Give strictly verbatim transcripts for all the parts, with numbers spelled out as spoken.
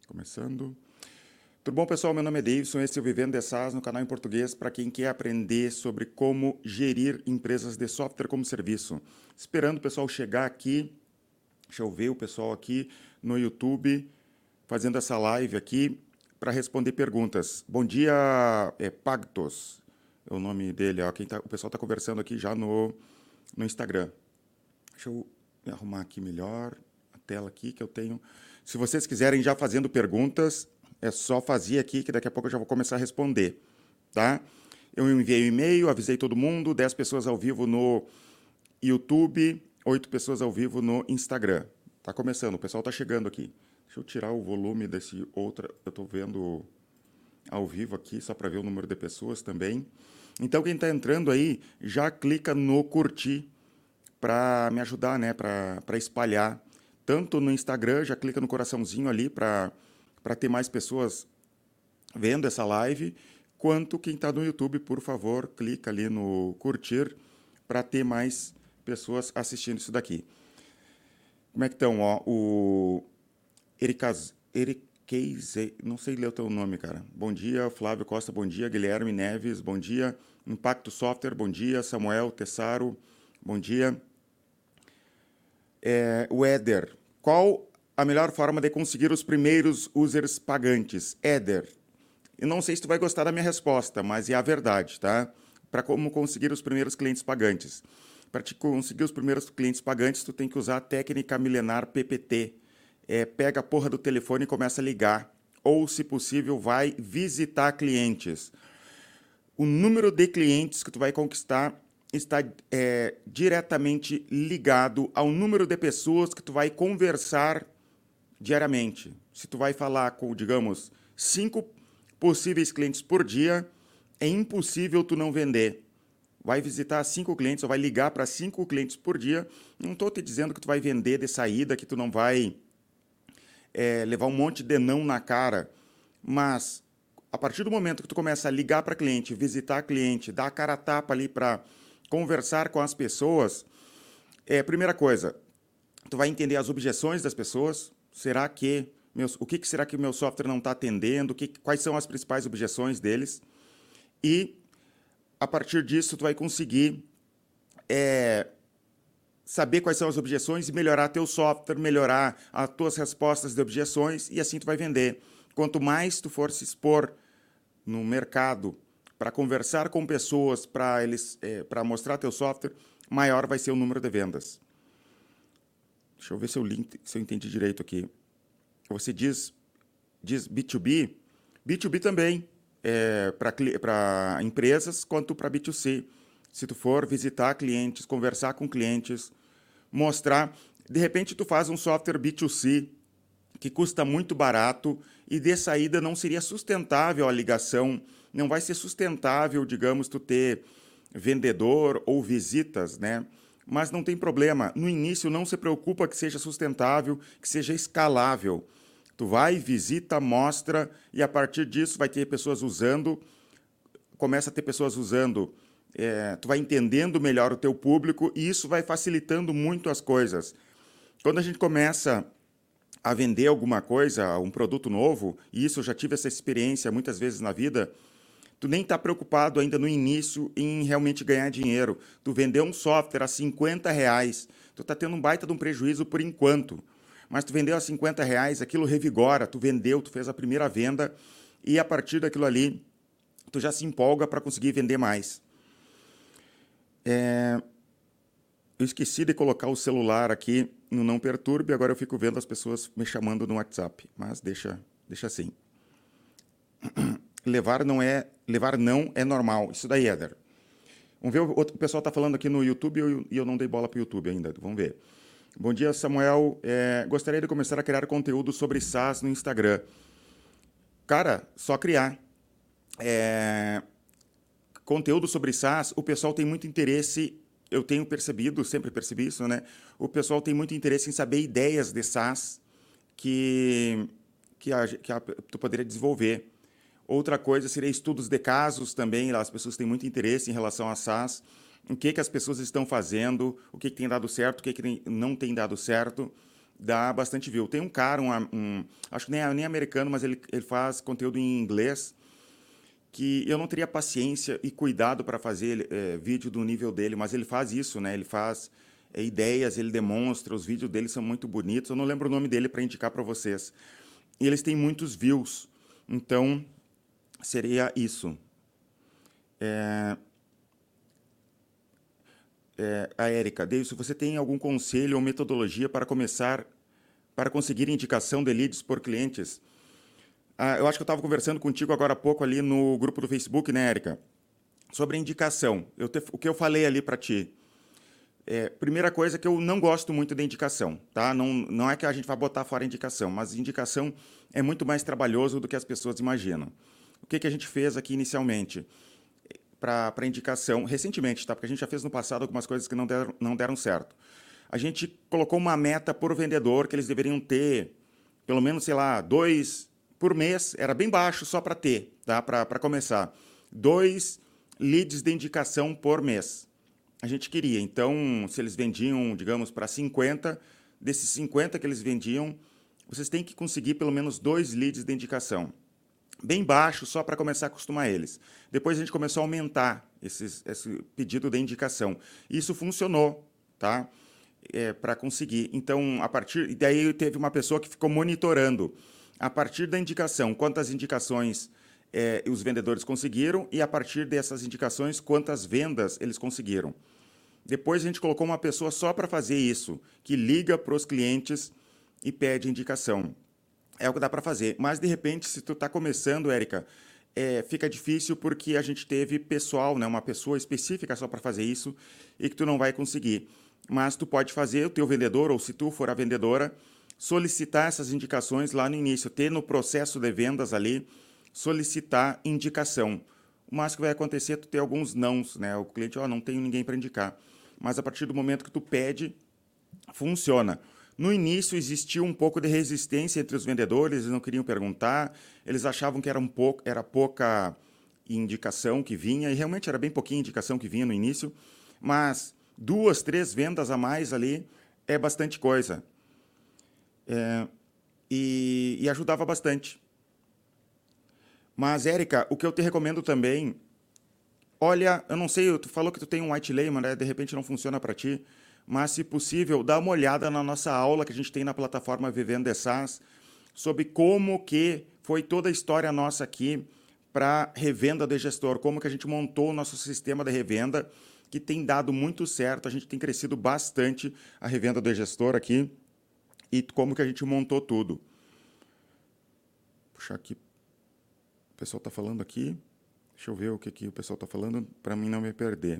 Começando. Tudo bom, pessoal? Meu nome é Davidson, esse é o Vivendo de SaaS no canal em português para quem quer aprender sobre como gerir empresas de software como serviço. Esperando o pessoal chegar aqui, deixa eu ver o pessoal aqui no YouTube fazendo essa live aqui para responder perguntas. Bom dia, é Pagtos, é o nome dele, ó, quem tá, o pessoal está conversando aqui já no, no Instagram. Deixa eu arrumar aqui melhor a tela aqui que eu tenho. Se vocês quiserem já fazendo perguntas, é só fazer aqui que daqui a pouco eu já vou começar a responder, tá? Eu enviei um e-mail, avisei todo mundo, dez pessoas ao vivo no YouTube, oito pessoas ao vivo no Instagram. Tá começando, o pessoal tá chegando aqui. Deixa eu tirar o volume desse outro, eu tô vendo ao vivo aqui, só para ver o número de pessoas também. Então, quem está entrando aí, já clica no curtir para me ajudar, né, para espalhar. Tanto no Instagram, já clica no coraçãozinho ali para ter mais pessoas vendo essa live, quanto quem está no YouTube, por favor, clica ali no curtir para ter mais pessoas assistindo isso daqui. Como é que estão? Ó, o Ericaz, Eriqueize, não sei ler o teu nome, cara. Bom dia, Flávio Costa, bom dia. Guilherme Neves, bom dia. Impacto Software, bom dia. Samuel Tessaro, bom dia. É, o Éder, qual a melhor forma de conseguir os primeiros users pagantes? Éder, eu não sei se tu vai gostar da minha resposta, mas é a verdade, tá? Para como conseguir os primeiros clientes pagantes. Para te conseguir os primeiros clientes pagantes, tu tem que usar a técnica milenar P P T. É, pega a porra do telefone e começa a ligar. Ou, se possível, vai visitar clientes. O número de clientes que tu vai conquistar está é, diretamente ligado ao número de pessoas que tu vai conversar diariamente. Se tu vai falar com, digamos, cinco possíveis clientes por dia, é impossível tu não vender. Vai visitar cinco clientes ou vai ligar para cinco clientes por dia. Não estou te dizendo que tu vai vender de saída, que tu não vai é, levar um monte de não na cara, mas a partir do momento que tu começa a ligar para cliente, visitar cliente, dar a cara a tapa ali para conversar com as pessoas, é, primeira coisa, tu vai entender as objeções das pessoas. Será que meus, o que, que será que o meu software não está atendendo? Que, quais são as principais objeções deles? E a partir disso tu vai conseguir é, saber quais são as objeções e melhorar teu software, melhorar as tuas respostas de objeções e assim tu vai vender. Quanto mais tu for se expor no mercado para conversar com pessoas, para eles, é, para mostrar teu software, maior vai ser o número de vendas. Deixa eu ver se eu, link, se eu entendi direito aqui. Você diz, diz B dois B? B dois B também, é, para empresas quanto para B dois C. Se tu for visitar clientes, conversar com clientes, mostrar... De repente, tu faz um software B dois C que custa muito barato e de saída não seria sustentável a ligação, não vai ser sustentável, digamos, tu ter vendedor ou visitas, né? Mas não tem problema, no início não se preocupa que seja sustentável, que seja escalável. Tu vai, visita, mostra e a partir disso vai ter pessoas usando, começa a ter pessoas usando, é, tu vai entendendo melhor o teu público e isso vai facilitando muito as coisas. Quando a gente começa a vender alguma coisa, um produto novo, e isso eu já tive essa experiência muitas vezes na vida, tu nem está preocupado ainda no início em realmente ganhar dinheiro. Tu vendeu um software a cinquenta reais, tu está tendo um baita de um prejuízo por enquanto, mas tu vendeu a cinquenta reais, aquilo revigora, tu vendeu, tu fez a primeira venda, e a partir daquilo ali, tu já se empolga para conseguir vender mais. É... Eu esqueci de colocar o celular aqui no Não Perturbe, agora eu fico vendo as pessoas me chamando no WhatsApp, mas deixa, deixa assim. Levar não é, levar não é normal. Isso daí, Éder. Vamos ver, o, outro, o pessoal está falando aqui no YouTube e eu, eu não dei bola para o YouTube ainda. Vamos ver. Bom dia, Samuel. É, gostaria de começar a criar conteúdo sobre SaaS no Instagram. Cara, só criar. É, conteúdo sobre SaaS, o pessoal tem muito interesse, eu tenho percebido, sempre percebi isso, né? O pessoal tem muito interesse em saber ideias de SaaS que, que, a, que a, tu poderia desenvolver. Outra coisa seria estudos de casos também, as pessoas têm muito interesse em relação a SaaS, o que, que as pessoas estão fazendo, o que, que tem dado certo, o que, que não tem dado certo. dá bastante view. Tem um cara, um, um, acho que nem, nem americano, mas ele, ele faz conteúdo em inglês, que eu não teria paciência e cuidado para fazer é, vídeo do nível dele, mas ele faz isso, né? Ele faz é, ideias, ele demonstra, os vídeos dele são muito bonitos. Eu não lembro o nome dele para indicar para vocês. E eles têm muitos views, então seria isso. É... É, a Érica, Deilson, você tem algum conselho ou metodologia para começar, para conseguir indicação de leads por clientes? Ah, eu acho que eu estava conversando contigo agora há pouco ali no grupo do Facebook, né, Érica? Sobre indicação. Eu te, o que eu falei ali para ti. É, primeira coisa que eu não gosto muito da indicação, tá? Não, não é que a gente vai botar fora a indicação, mas indicação é muito mais trabalhoso do que as pessoas imaginam. O que, que a gente fez aqui inicialmente? Para indicação, recentemente, tá? Porque a gente já fez no passado algumas coisas que não deram, não deram certo. A gente colocou uma meta por vendedor que eles deveriam ter, pelo menos, sei lá, dois por mês, era bem baixo só para ter, tá? Para começar. Dois leads de indicação por mês. A gente queria. Então, se eles vendiam, digamos, para cinquenta, desses cinquenta que eles vendiam, vocês têm que conseguir pelo menos dois leads de indicação. Bem baixo, só para começar a acostumar eles. Depois a gente começou a aumentar esses, esse pedido de indicação. Isso funcionou, tá? É, para conseguir. Então, a partir... E daí teve uma pessoa que ficou monitorando. A partir da indicação, quantas indicações é, os vendedores conseguiram e a partir dessas indicações, quantas vendas eles conseguiram. Depois a gente colocou uma pessoa só para fazer isso, que liga para os clientes e pede indicação. É o que dá para fazer. Mas, de repente, se tu está começando, Érica, é, fica difícil porque a gente teve pessoal, né, uma pessoa específica só para fazer isso e que tu não vai conseguir. Mas tu pode fazer, o teu vendedor, ou se tu for a vendedora, solicitar essas indicações lá no início, ter no processo de vendas ali, solicitar indicação. O mais que vai acontecer é tu ter alguns nãos, né? O cliente, ó, oh, não tenho ninguém para indicar. Mas a partir do momento que tu pede, funciona. No início existiu um pouco de resistência entre os vendedores, eles não queriam perguntar, eles achavam que era, um pouco, era pouca indicação que vinha, e realmente era bem pouquinha indicação que vinha no início, mas duas, três vendas a mais ali é bastante coisa. É, e, e ajudava bastante. Mas, Érica, o que eu te recomendo também, olha, eu não sei, tu falou que tu tem um white label, né? De repente não funciona para ti, mas, se possível, dá uma olhada na nossa aula que a gente tem na plataforma Vivendo de SaaS sobre como que foi toda a história nossa aqui para revenda de gestor, como que a gente montou o nosso sistema de revenda, que tem dado muito certo, a gente tem crescido bastante a revenda de gestor aqui e como que a gente montou tudo. Puxar aqui, o pessoal está falando aqui, deixa eu ver o que, que o pessoal está falando para mim não me perder.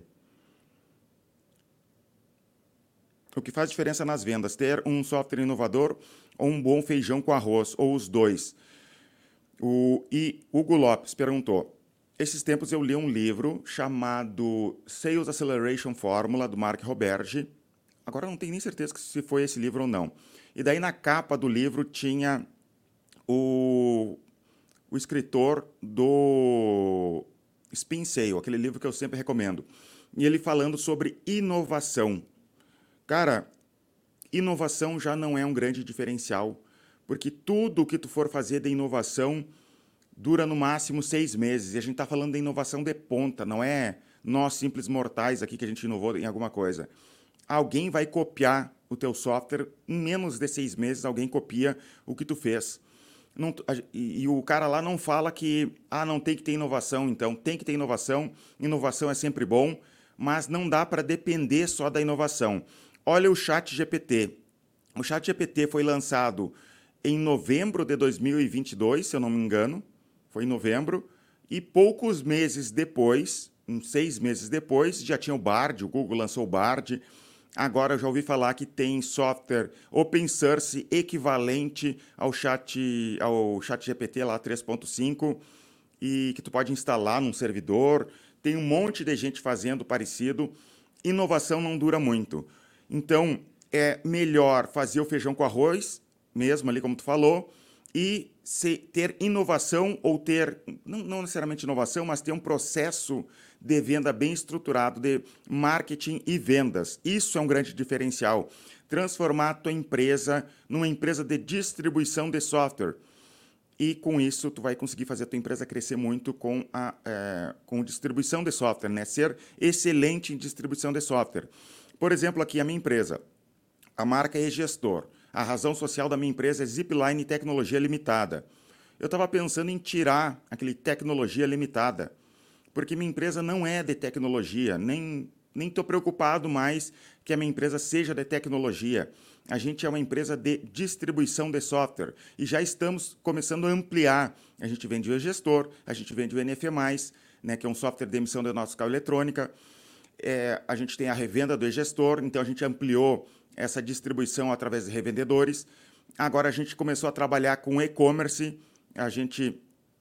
O que faz diferença nas vendas? Ter um software inovador ou um bom feijão com arroz, ou os dois? O, e Hugo Lopes perguntou, esses tempos eu li um livro chamado Sales Acceleration Formula, do Mark Roberge. Agora eu não tenho nem certeza se foi esse livro ou não. E daí na capa do livro tinha o, o escritor do Spin Sale, aquele livro que eu sempre recomendo. E ele falando sobre inovação. Cara, inovação já não é um grande diferencial, porque tudo o que tu for fazer de inovação dura no máximo seis meses. E a gente está falando de inovação de ponta, não é nós simples mortais aqui que a gente inovou em alguma coisa. Alguém vai copiar o teu software, em menos de seis meses alguém copia o que tu fez. Não, e, e o cara lá não fala que ah, não tem que ter inovação, então tem que ter inovação, inovação é sempre bom, mas não dá para depender só da inovação. Olha o ChatGPT. O ChatGPT foi lançado em novembro de dois mil e vinte e dois, se eu não me engano. Foi em novembro. E poucos meses depois, uns seis meses depois, já tinha o Bard, o Google lançou o Bard. Agora eu já ouvi falar que tem software open source equivalente ao Chat, ao ChatGPT lá três ponto cinco e que tu pode instalar num servidor. Tem um monte de gente fazendo parecido. Inovação não dura muito. Então, é melhor fazer o feijão com arroz, mesmo ali como tu falou, e se, ter inovação ou ter, não, não necessariamente inovação, mas ter um processo de venda bem estruturado, de marketing e vendas. Isso é um grande diferencial. transformar a tua empresa numa empresa de distribuição de software. E com isso, tu vai conseguir fazer a tua empresa crescer muito com a é, com distribuição de software, né? Ser excelente em distribuição de software. Por exemplo, aqui a minha empresa, a marca é Gestor. A razão social da minha empresa é Zipline Tecnologia Limitada. Eu estava pensando em tirar aquele tecnologia limitada, porque minha empresa não é de tecnologia, nem nem estou preocupado mais que a minha empresa seja de tecnologia. A gente é uma empresa de distribuição de software e já estamos começando a ampliar. A gente vende o E-Gestor, a gente vende o N F mais, né, que é um software de emissão de nota fiscal eletrônica. É, a gente tem a revenda do E-Gestor, então a gente ampliou essa distribuição através de revendedores. Agora a gente começou a trabalhar com e-commerce, a gente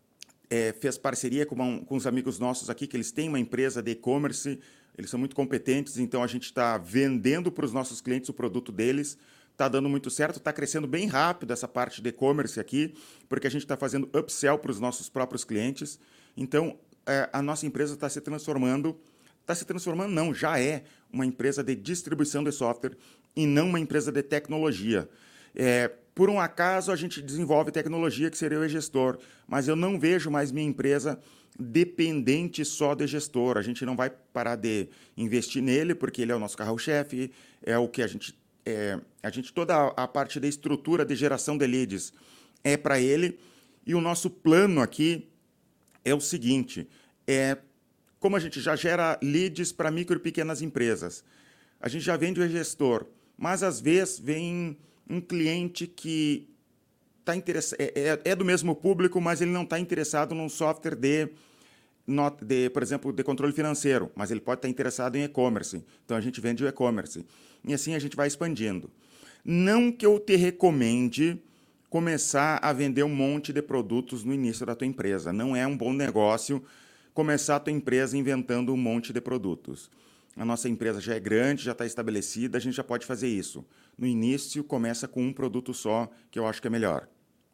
é, fez parceria com, uma, com os amigos nossos aqui, que eles têm uma empresa de e-commerce, eles são muito competentes, então a gente está vendendo para os nossos clientes o produto deles, está dando muito certo, está crescendo bem rápido essa parte de e-commerce aqui, porque a gente está fazendo upsell para os nossos próprios clientes. Então, é, a nossa empresa está se transformando, está se transformando não, já é uma empresa de distribuição de software e não uma empresa de tecnologia. É, por um acaso, a gente desenvolve tecnologia que seria o E-Gestor, mas eu não vejo mais minha empresa dependente só de gestor. A gente não vai parar de investir nele, porque ele é o nosso carro-chefe, é o que a gente... É, a gente toda a parte da estrutura de geração de leads é para ele, e o nosso plano aqui é o seguinte, é, como a gente já gera leads para micro e pequenas empresas, a gente já vende o E-Gestor, mas às vezes vem um cliente que tá interessa- é, é, é do mesmo público, mas ele não está interessado num software de, de, por exemplo, de controle financeiro, mas ele pode estar interessado em e-commerce. Então, a gente vende o e-commerce. E assim a gente vai expandindo. Não que eu te recomende começar a vender um monte de produtos no início da tua empresa. Não é um bom negócio começar a tua empresa inventando um monte de produtos. A nossa empresa já é grande, já está estabelecida, a gente já pode fazer isso. No início, começa com um produto só, que eu acho que é melhor.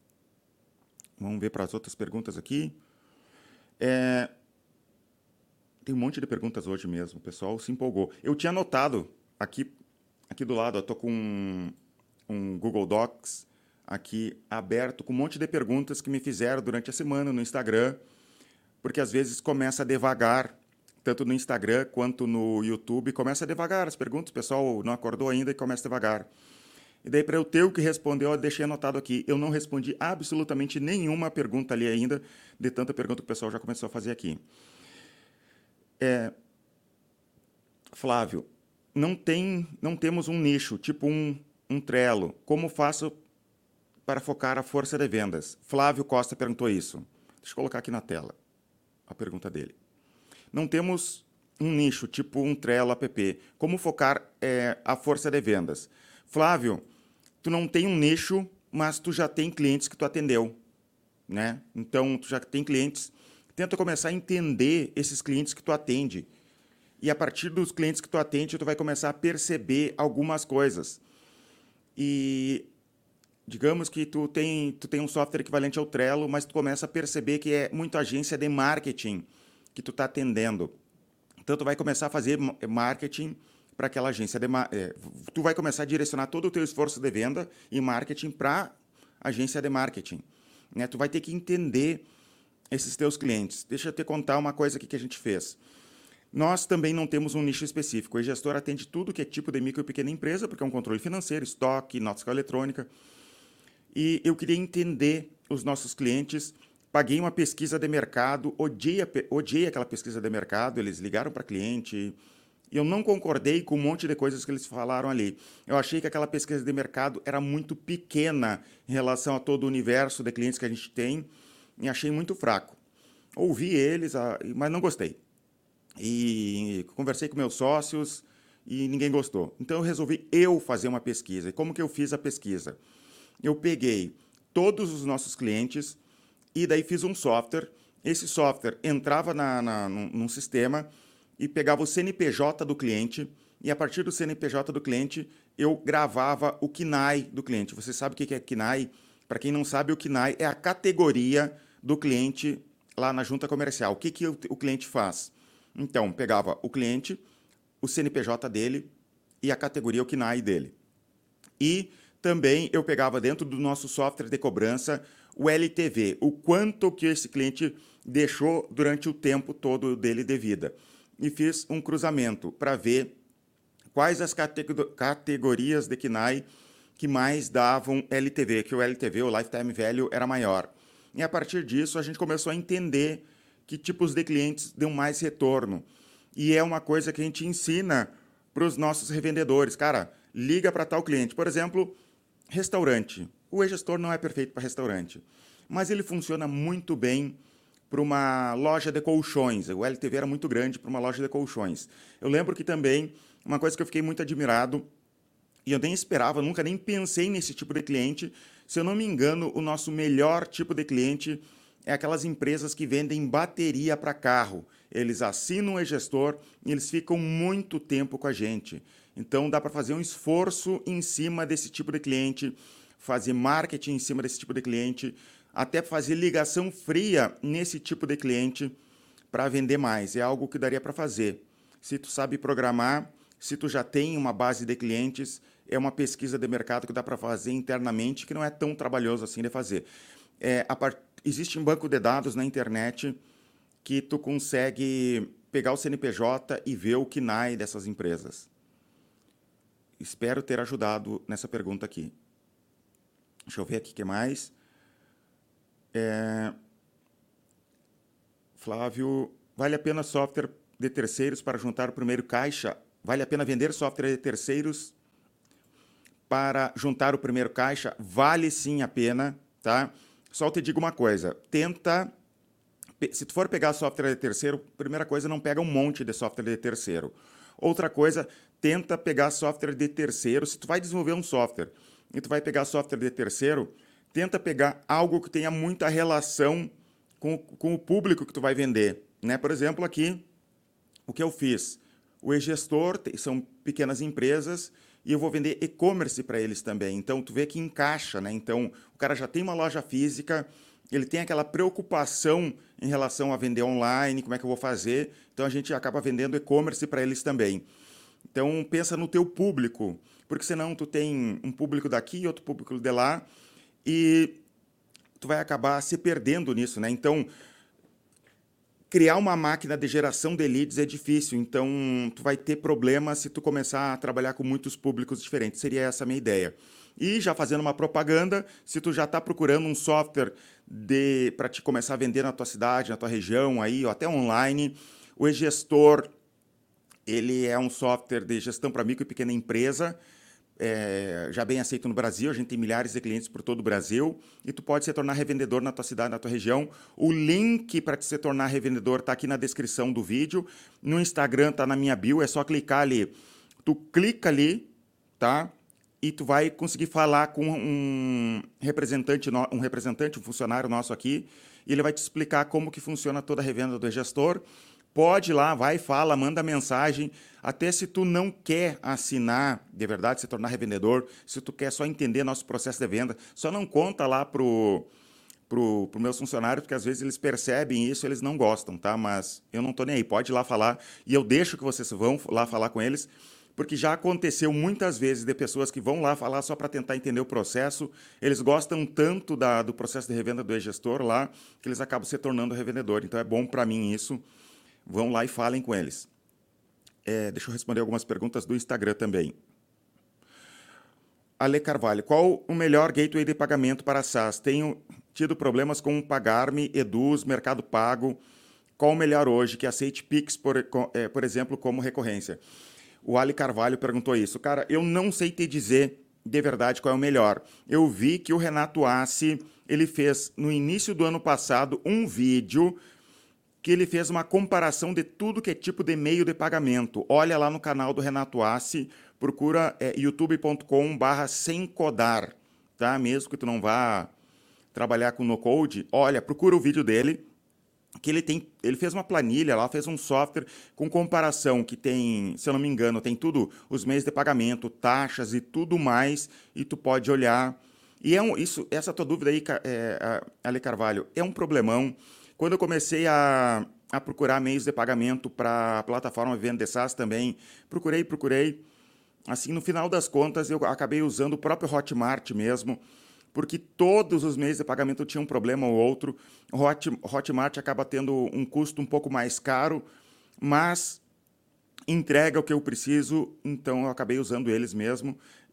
Vamos ver para as outras perguntas aqui. É... Tem um monte de perguntas hoje mesmo, o pessoal se empolgou. Eu tinha anotado aqui, aqui do lado, eu estou com um, um Google Docs aqui aberto, com um monte de perguntas que me fizeram durante a semana no Instagram, porque às vezes começa devagar, tanto no Instagram quanto no YouTube, começa devagar as perguntas, o pessoal não acordou ainda e começa devagar. E daí, para eu ter o que responder, eu deixei anotado aqui. Eu não respondi absolutamente nenhuma pergunta ali ainda, de tanta pergunta que o pessoal já começou a fazer aqui. É... Flávio, não, tem, não temos um nicho, tipo um, um Trello. Como faço para focar a força de vendas? Flávio Costa perguntou isso. Deixa eu colocar aqui na tela a pergunta dele. Não temos um nicho, tipo um Trello app. Como focar é, a força de vendas? Flávio, tu não tem um nicho, mas tu já tem clientes que tu atendeu, né? Então, tu já tem clientes. Tenta começar a entender esses clientes que tu atende. E a partir dos clientes que tu atende, tu vai começar a perceber algumas coisas. E digamos que tu tem, tu tem um software equivalente ao Trello, mas tu começa a perceber que é muita agência de marketing que tu está atendendo. Então, tu vai começar a fazer marketing para aquela agência de marketing. Tu vai começar a direcionar todo o teu esforço de venda e marketing para a agência de marketing. Né? Tu vai ter que entender esses teus clientes. Deixa eu te contar uma coisa aqui que a gente fez. Nós também não temos um nicho específico. O E-Gestor atende tudo que é tipo de micro e pequena empresa, porque é um controle financeiro, estoque, nota fiscal eletrônica. E eu queria entender os nossos clientes. Paguei uma pesquisa de mercado, odiei, odiei aquela pesquisa de mercado, eles ligaram para cliente e eu não concordei com um monte de coisas que eles falaram ali. Eu achei que aquela pesquisa de mercado era muito pequena em relação a todo o universo de clientes que a gente tem e achei muito fraco. Ouvi eles, mas não gostei. E conversei com meus sócios e ninguém gostou. Então eu resolvi eu fazer uma pesquisa. E como que eu fiz a pesquisa? Eu peguei todos os nossos clientes e daí fiz um software. Esse software entrava na, na, num, num sistema e pegava o C N P J do cliente e a partir do C N P J do cliente eu gravava o C N A I do cliente. Você sabe o que é C N A I? Para quem não sabe, o C N A I é a categoria do cliente lá na junta comercial. O que, que o, o cliente faz? Então, pegava o cliente, o C N P J dele e a categoria, o C N A I dele. E também eu pegava dentro do nosso software de cobrança o L T V, o quanto que esse cliente deixou durante o tempo todo dele de vida. E fiz um cruzamento para ver quais as categorias de K N A I que mais davam L T V, que o L T V, o Lifetime Value, era maior. E a partir disso a gente começou a entender que tipos de clientes dão mais retorno. E é uma coisa que a gente ensina para os nossos revendedores. Cara, liga para tal cliente. Por exemplo, restaurante. O e-gestor não é perfeito para restaurante, mas ele funciona muito bem para uma loja de colchões. O L T V era muito grande para uma loja de colchões. Eu lembro que também, uma coisa que eu fiquei muito admirado, e eu nem esperava, nunca nem pensei nesse tipo de cliente, se eu não me engano, o nosso melhor tipo de cliente é aquelas empresas que vendem bateria para carro. Eles assinam o e-gestor e eles ficam muito tempo com a gente. Então dá para fazer um esforço em cima desse tipo de cliente, fazer marketing em cima desse tipo de cliente, até fazer ligação fria nesse tipo de cliente para vender mais. É algo que daria para fazer. Se tu sabe programar, se tu já tem uma base de clientes, é uma pesquisa de mercado que dá para fazer internamente, que não é tão trabalhoso assim de fazer. É, a part... Existe um banco de dados na internet que tu consegue pegar o C N P J e ver o K N A I dessas empresas. Espero ter ajudado nessa pergunta aqui. Deixa eu ver aqui o que mais. É... Flávio, vale a pena software de terceiros para juntar o primeiro caixa? Vale a pena vender software de terceiros para juntar o primeiro caixa? Vale sim a pena, tá? Só te digo uma coisa, tenta... Se tu for pegar software de terceiro, primeira coisa, não pega um monte de software de terceiro. Outra coisa, tenta pegar software de terceiro. Se tu vai desenvolver um software e tu vai pegar software de terceiro, tenta pegar algo que tenha muita relação com, com o público que tu vai vender, né? Por exemplo, aqui, o que eu fiz? O e-gestor são pequenas empresas e eu vou vender e-commerce para eles também. Então, tu vê que encaixa, né? Então, o cara já tem uma loja física, ele tem aquela preocupação em relação a vender online, como é que eu vou fazer. Então, a gente acaba vendendo e-commerce para eles também. Então, pensa no teu público, porque senão tu tem um público daqui e outro público de lá e tu vai acabar se perdendo nisso, né? Então, criar uma máquina de geração de leads é difícil, então tu vai ter problemas se tu começar a trabalhar com muitos públicos diferentes. Seria essa a minha ideia. E já fazendo uma propaganda, se tu já está procurando um software para te começar a vender na tua cidade, na tua região, aí, ou até online, o e-gestor, ele é um software de gestão para micro e pequena empresa, é, já bem aceito no Brasil, a gente tem milhares de clientes por todo o Brasil, e tu pode se tornar revendedor na tua cidade, na tua região. O link para te se tornar revendedor está aqui na descrição do vídeo. No Instagram está na minha bio, é só clicar ali. Tu clica ali, tá? E tu vai conseguir falar com um representante, um representante, um funcionário nosso aqui, e ele vai te explicar como que funciona toda a revenda do e-gestor. Pode ir lá, vai, fala, manda mensagem. Até se tu não quer assinar, de verdade, se tornar revendedor, se tu quer só entender nosso processo de venda, só não conta lá pro pro, pro meus funcionários, porque às vezes eles percebem isso, eles não gostam, tá? Mas eu não tô nem aí, pode ir lá falar e eu deixo que vocês vão lá falar com eles, porque já aconteceu muitas vezes de pessoas que vão lá falar só para tentar entender o processo, eles gostam tanto da, do processo de revenda do e-gestor lá, que eles acabam se tornando revendedor. Então é bom para mim isso. Vão lá e falem com eles. É, deixa eu responder algumas perguntas do Instagram também. Ale Carvalho, qual o melhor gateway de pagamento para SaaS? Tenho tido problemas com Pagar.me, Eduz, Mercado Pago. Qual o melhor hoje que aceite Pix, por, é, por exemplo, como recorrência? O Ale Carvalho perguntou isso. Cara, eu não sei te dizer de verdade qual é o melhor. Eu vi que o Renato Assi, ele fez no início do ano passado um vídeo que ele fez uma comparação de tudo que é tipo de meio de pagamento. Olha lá no canal do Renato Assi, procura é, youtube ponto com barra sem codar, tá? Mesmo que tu não vá trabalhar com no-code, olha, procura o vídeo dele, que ele tem, ele fez uma planilha lá, fez um software com comparação, que tem, se eu não me engano, tem tudo, os meios de pagamento, taxas e tudo mais, e tu pode olhar. E é um, isso, essa tua dúvida aí, é, Ale Carvalho, é um problemão. Quando eu comecei a, a procurar meios de pagamento para a plataforma Venda de SaaS também, procurei, procurei. assim, no final das contas, eu acabei usando o próprio Hotmart mesmo, porque todos os meses de pagamento tinha um problema ou outro. O Hot, Hotmart acaba tendo um custo um pouco mais caro, mas entrega o que eu preciso, então eu acabei usando eles mesmo.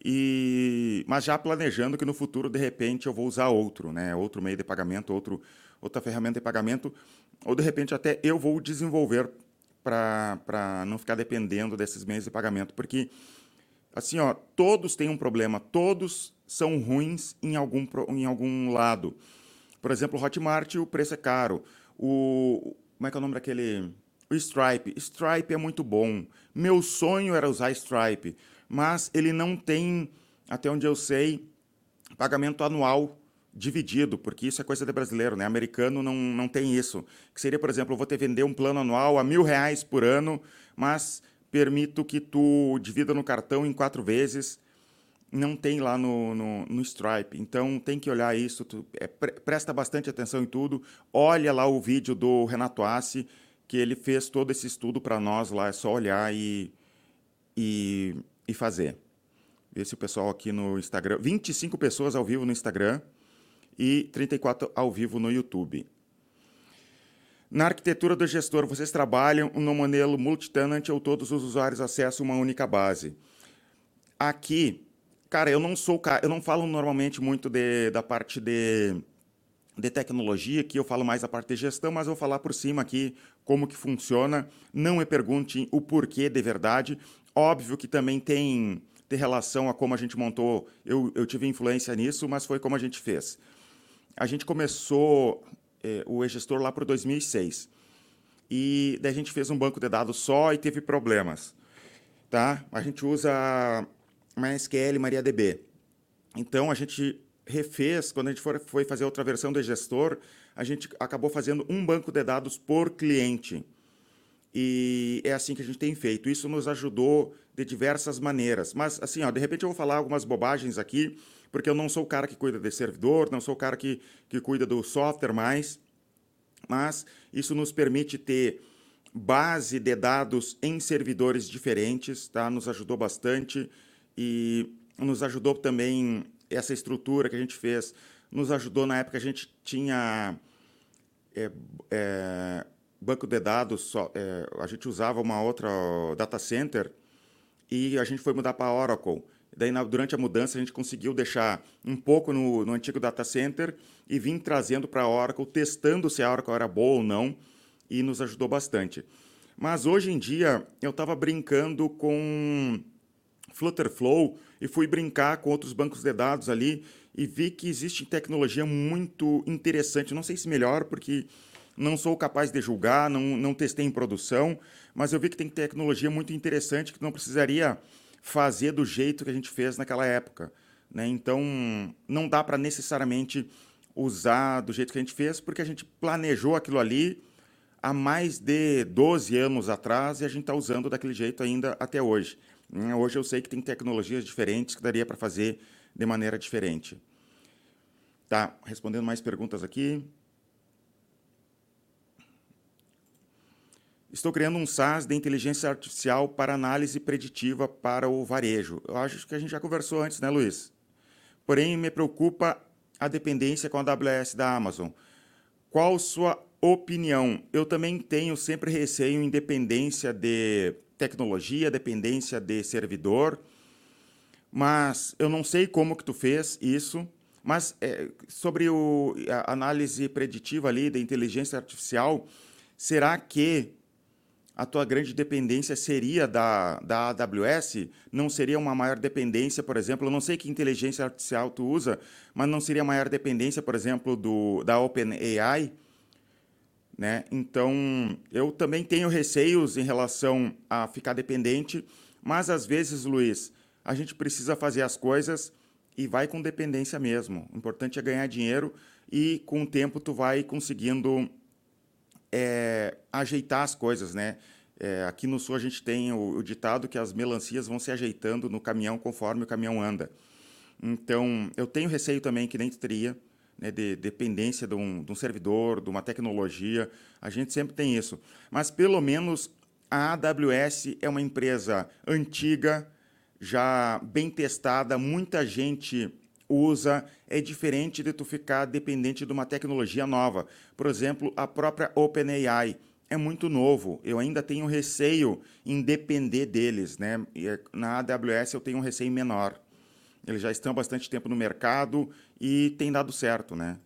E mas já planejando que no futuro, de repente, eu vou usar outro, né? Outro meio de pagamento, outro, outra ferramenta de pagamento, ou de repente até eu vou desenvolver para não ficar dependendo desses meios de pagamento, porque assim, ó, todos têm um problema, todos são ruins em algum, em algum lado. Por exemplo, o Hotmart, o preço é caro. O, como é que é o nome daquele? O Stripe. Stripe é muito bom. Meu sonho era usar Stripe, mas ele não tem, até onde eu sei, pagamento anual dividido, porque isso é coisa de brasileiro, né? Americano não, não tem isso. Que seria, por exemplo, eu vou te vender um plano anual a mil reais por ano, mas permito que tu divida no cartão em quatro vezes. Não tem lá no, no, no Stripe. Então tem que olhar isso. Tu, é, pre, presta bastante atenção em tudo. Olha lá o vídeo do Renato Assi, que ele fez todo esse estudo para nós lá. É só olhar e, e, e fazer. Vê se o pessoal aqui no Instagram. vinte e cinco pessoas ao vivo no Instagram e trinta e quatro ao vivo no YouTube. Na arquitetura do gestor, vocês trabalham no modelo multitenant ou todos os usuários acessam uma única base? Aqui, cara, eu não sou, eu não falo normalmente muito de, da parte de, de tecnologia, aqui eu falo mais da parte de gestão, mas eu vou falar por cima aqui como que funciona. Não me perguntem o porquê de verdade. Óbvio que também tem, tem relação a como a gente montou, eu, eu tive influência nisso, mas foi como a gente fez. A gente começou eh, o e-gestor lá por dois mil e seis. E daí a gente fez um banco de dados só e teve problemas. Tá? A gente usa MySQL e MariaDB. Então a gente refez, quando a gente for, foi fazer outra versão do e-gestor, a gente acabou fazendo um banco de dados por cliente. E é assim que a gente tem feito. Isso nos ajudou de diversas maneiras. Mas, assim, ó, de repente eu vou falar algumas bobagens aqui, porque eu não sou o cara que cuida de servidor, não sou o cara que, que cuida do software mais, mas isso nos permite ter base de dados em servidores diferentes, tá? Nos ajudou bastante e nos ajudou também essa estrutura que a gente fez, nos ajudou na época que a gente tinha é, é, banco de dados, só, é, a gente usava uma outra data center e a gente foi mudar para Oracle. Daí, na, durante a mudança, a gente conseguiu deixar um pouco no, no antigo data center e vir trazendo para a Oracle, testando se a Oracle era boa ou não, e nos ajudou bastante. Mas hoje em dia, eu estava brincando com Flutterflow e fui brincar com outros bancos de dados ali e vi que existe tecnologia muito interessante. Não sei se melhor, porque não sou capaz de julgar, não, não testei em produção, mas eu vi que tem tecnologia muito interessante que não precisaria fazer do jeito que a gente fez naquela época, né? Então, não dá para necessariamente usar do jeito que a gente fez, porque a gente planejou aquilo ali há mais de doze anos atrás e a gente está usando daquele jeito ainda até hoje. Hoje eu sei que tem tecnologias diferentes que daria para fazer de maneira diferente. Tá, respondendo mais perguntas aqui. Estou criando um SaaS de inteligência artificial para análise preditiva para o varejo. Eu acho que a gente já conversou antes, né, Luiz? Porém, me preocupa a dependência com a A W S da Amazon. Qual sua opinião? Eu também tenho sempre receio em dependência de tecnologia, dependência de servidor, mas eu não sei como que tu fez isso. Mas é, sobre o, a análise preditiva ali da inteligência artificial, será que a tua grande dependência seria da, da A W S? Não seria uma maior dependência, por exemplo, eu não sei que inteligência artificial tu usa, mas não seria maior dependência, por exemplo, do, da OpenAI? Né? Então, eu também tenho receios em relação a ficar dependente, mas às vezes, Luiz, a gente precisa fazer as coisas e vai com dependência mesmo. O importante é ganhar dinheiro e com o tempo tu vai conseguindo É, ajeitar as coisas, né? É, aqui no sul a gente tem o, o ditado que as melancias vão se ajeitando no caminhão conforme o caminhão anda. Então, eu tenho receio também que nem tu teria, né, de dependência de um, de um servidor, de uma tecnologia. A gente sempre tem isso. Mas, pelo menos, a A W S é uma empresa antiga, já bem testada, muita gente usa, é diferente de tu ficar dependente de uma tecnologia nova. Por exemplo, a própria OpenAI é muito novo, eu ainda tenho receio em depender deles, né? E na A W S eu tenho um receio menor. Eles já estão há bastante tempo no mercado e tem dado certo, né?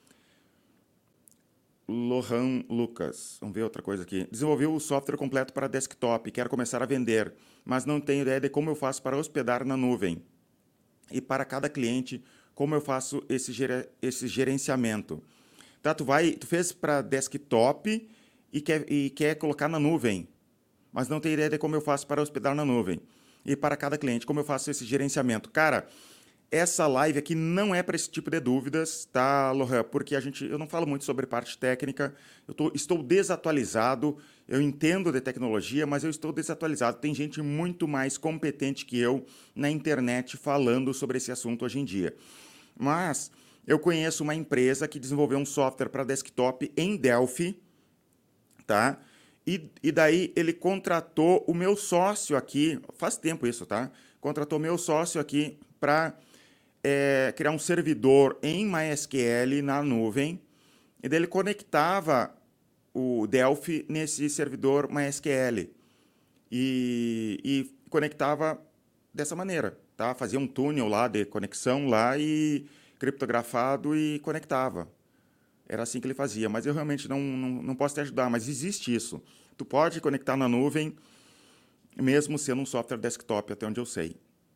Lohan Lucas, vamos ver outra coisa aqui. Desenvolveu o software completo para desktop, quero começar a vender, mas não tenho ideia de como eu faço para hospedar na nuvem. E para cada cliente, como eu faço esse, ger esse gerenciamento. Tá, tu, vai, tu fez para desktop e quer, e quer colocar na nuvem, mas não tem ideia de como eu faço para hospedar na nuvem. E para cada cliente, como eu faço esse gerenciamento. Cara, essa live aqui não é para esse tipo de dúvidas, tá, Lohan? Porque a gente, eu não falo muito sobre parte técnica, eu tô, estou desatualizado, eu entendo de tecnologia, mas eu estou desatualizado. Tem gente muito mais competente que eu na internet falando sobre esse assunto hoje em dia. Mas eu conheço uma empresa que desenvolveu um software para desktop em Delphi, tá? E, e daí ele contratou o meu sócio aqui, faz tempo isso, tá? Contratou meu sócio aqui para É, criar um servidor em MySQL na nuvem, e daí ele conectava o Delphi nesse servidor MySQL e, e conectava dessa maneira, tá? Fazia um túnel lá de conexão lá e criptografado e conectava. Era assim que ele fazia, mas eu realmente não, não, não posso te ajudar, mas existe isso. Tu pode conectar na nuvem, mesmo sendo um software desktop, até onde eu sei.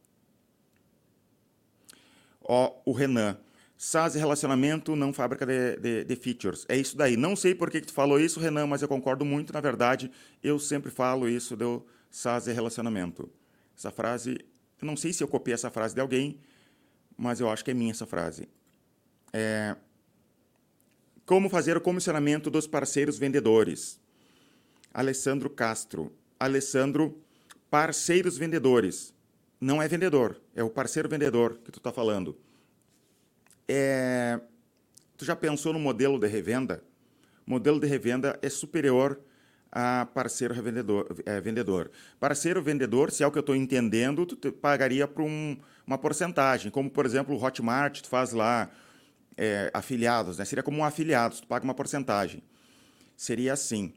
Ó, o Renan. SaaS e relacionamento, não fábrica de, de, de features. É isso daí. Não sei por que, que tu falou isso, Renan, mas eu concordo muito. Na verdade, eu sempre falo isso do SaaS e relacionamento. Essa frase, eu não sei se eu copiei essa frase de alguém, mas eu acho que é minha essa frase. É, como fazer o comissionamento dos parceiros vendedores? Alessandro Castro. Alessandro, parceiros vendedores. Não é vendedor, é o parceiro vendedor que tu está falando. É... Tu já pensou no modelo de revenda? O modelo de revenda é superior a parceiro revendedor, é, vendedor. Parceiro vendedor, se é o que eu estou entendendo, tu te pagaria por um, uma porcentagem, como, por exemplo, o Hotmart, tu faz lá é, afiliados, né? Seria como um afiliado, tu paga uma porcentagem. Seria assim.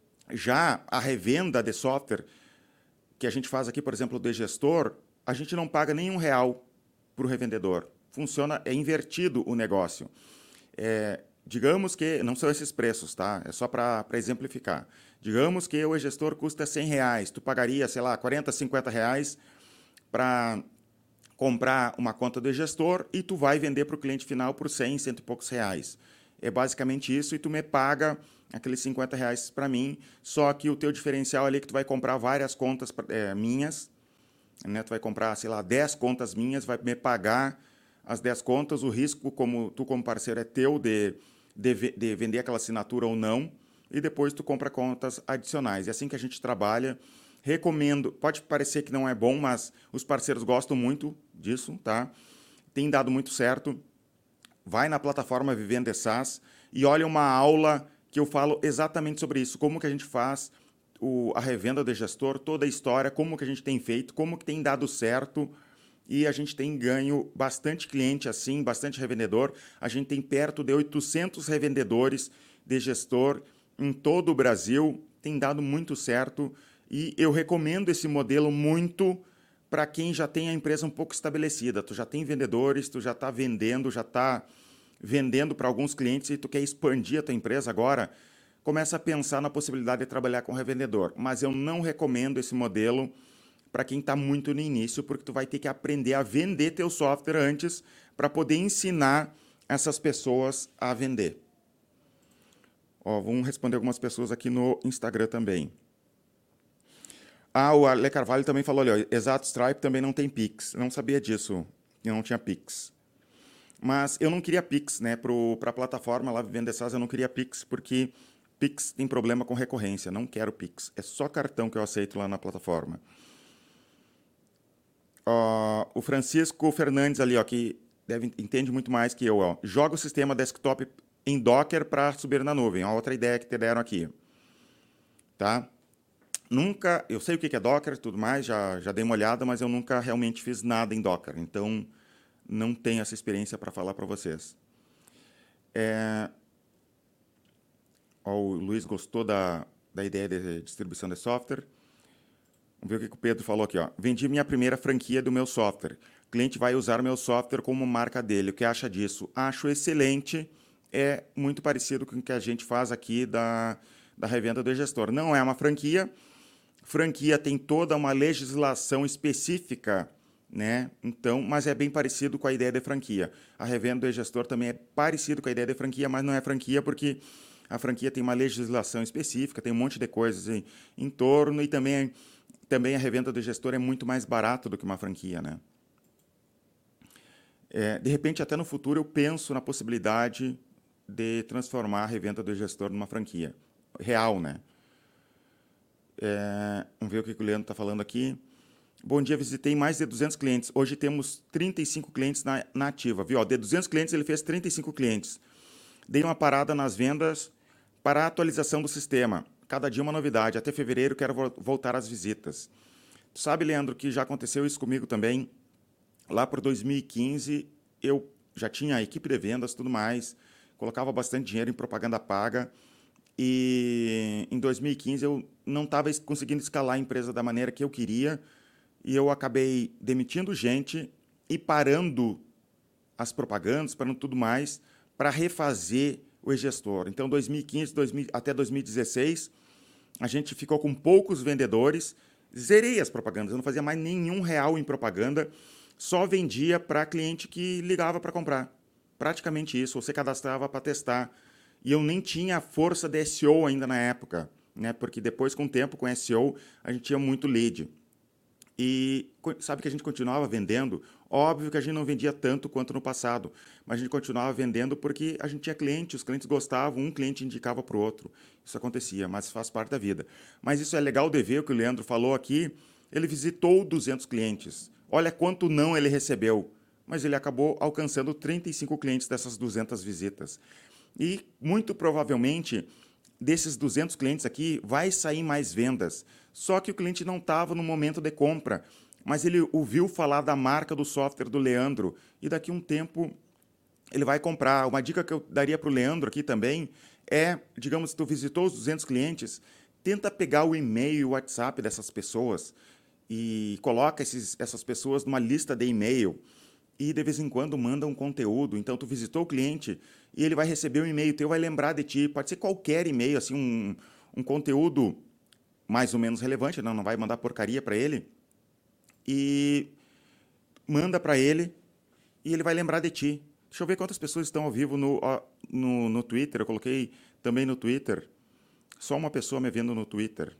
Já a revenda de software, que a gente faz aqui, por exemplo, de gestor, a gente não paga nenhum real para o revendedor. Funciona, é invertido o negócio. É, digamos que, não são esses preços, tá? É só para exemplificar. Digamos que o gestor custa cem reais, tu pagaria, sei lá, quarenta, cinquenta reais para comprar uma conta do gestor e tu vai vender para o cliente final por cem, cento e poucos reais. É basicamente isso e tu me paga aqueles cinquenta reais para mim, só que o teu diferencial ali é que tu vai comprar várias contas é, minhas, né? Tu vai comprar, sei lá, dez contas minhas, vai me pagar as dez contas, o risco, como tu como parceiro, é teu de, de, de vender aquela assinatura ou não, e depois tu compra contas adicionais. É assim que a gente trabalha. Recomendo, pode parecer que não é bom, mas os parceiros gostam muito disso, tá? Tem dado muito certo. Vai na plataforma Vivenda SaaS e olha uma aula que eu falo exatamente sobre isso, como que a gente faz o, a revenda do gestor, toda a história, como que a gente tem feito, como que tem dado certo, e a gente tem ganho bastante cliente assim, bastante revendedor. A gente tem perto de oitocentos revendedores de gestor em todo o Brasil, tem dado muito certo, e eu recomendo esse modelo muito para quem já tem a empresa um pouco estabelecida. Tu já tem vendedores, tu já está vendendo, já está vendendo para alguns clientes e tu quer expandir a tua empresa agora, começa a pensar na possibilidade de trabalhar com revendedor. Mas eu não recomendo esse modelo para quem está muito no início, porque tu vai ter que aprender a vender teu software antes para poder ensinar essas pessoas a vender. Ó, vamos responder algumas pessoas aqui no Instagram também. Ah, o Ale Carvalho também falou ali, ó, exato, Stripe também não tem Pix. Eu não sabia disso, eu não tinha Pix. Mas eu não queria Pix, né? Para a plataforma lá Vivenda SaaS, eu não queria Pix, porque Pix tem problema com recorrência. Não quero Pix. É só cartão que eu aceito lá na plataforma. Uh, o Francisco Fernandes ali, ó, que deve, entende muito mais que eu. Ó, joga o sistema desktop em Docker para subir na nuvem. Ó, outra ideia que te deram aqui. Tá? Nunca, eu sei o que é Docker e tudo mais, já, já dei uma olhada, mas eu nunca realmente fiz nada em Docker, então não tenho essa experiência para falar para vocês. É, ó, o Luiz gostou da, da ideia de distribuição de software. Vamos ver o que o Pedro falou aqui. Ó. Vendi minha primeira franquia do meu software. O cliente vai usar o meu software como marca dele. O que acha disso? Acho excelente. É muito parecido com o que a gente faz aqui da, da revenda do gestor. Não é uma franquia. Franquia tem toda uma legislação específica, né? Então, mas é bem parecido com a ideia de franquia. A revenda do gestor também é parecido com a ideia de franquia, mas não é franquia porque a franquia tem uma legislação específica, tem um monte de coisas em, em torno e também, também a revenda do gestor é muito mais barato do que uma franquia, né? É, de repente, até no futuro, eu penso na possibilidade de transformar a revenda do gestor numa franquia real, né? É, vamos ver o que o Leandro está falando aqui. Bom dia, visitei mais de duzentos clientes. Hoje temos trinta e cinco clientes na, na ativa. Viu? Ó, de duzentos clientes, ele fez trinta e cinco clientes. Dei uma parada nas vendas para a atualização do sistema. Cada dia uma novidade. Até fevereiro quero vo voltar às visitas. Tu sabe, Leandro, que já aconteceu isso comigo também. Lá por dois mil e quinze, eu já tinha a equipe de vendas e tudo mais. Colocava bastante dinheiro em propaganda paga. E em dois mil e quinze eu não estava conseguindo escalar a empresa da maneira que eu queria e eu acabei demitindo gente e parando as propagandas, parando tudo mais, para refazer o e-gestor. Então, dois mil e quinze dois mil, até dois mil e dezesseis, a gente ficou com poucos vendedores, zerei as propagandas, eu não fazia mais nenhum real em propaganda, só vendia para cliente que ligava para comprar. Praticamente isso, você cadastrava para testar. E eu nem tinha força de S E O ainda na época, né? Porque depois, com o tempo, com S E O, a gente tinha muito lead. E sabe que a gente continuava vendendo? Óbvio que a gente não vendia tanto quanto no passado, mas a gente continuava vendendo porque a gente tinha cliente, os clientes gostavam, um cliente indicava para o outro. Isso acontecia, mas faz parte da vida. Mas isso é legal de ver o que o Leandro falou aqui. Ele visitou duzentos clientes. Olha quanto não ele recebeu, mas ele acabou alcançando trinta e cinco clientes dessas duzentas visitas. E, muito provavelmente, desses duzentos clientes aqui, vai sair mais vendas. Só que o cliente não estava no momento de compra, mas ele ouviu falar da marca do software do Leandro e daqui a um tempo ele vai comprar. Uma dica que eu daria para o Leandro aqui também é, digamos, se tu visitou os duzentos clientes, tenta pegar o e-mail e o WhatsApp dessas pessoas e coloca esses, essas pessoas numa lista de e-mail e de vez em quando manda um conteúdo. Então, tu visitou o cliente e ele vai receber um e-mail teu, vai lembrar de ti. Pode ser qualquer e-mail, assim, um, um conteúdo mais ou menos relevante, não, não vai mandar porcaria para ele. E manda para ele e ele vai lembrar de ti. Deixa eu ver quantas pessoas estão ao vivo no, no, no Twitter. Eu coloquei também no Twitter. Só uma pessoa me vendo no Twitter.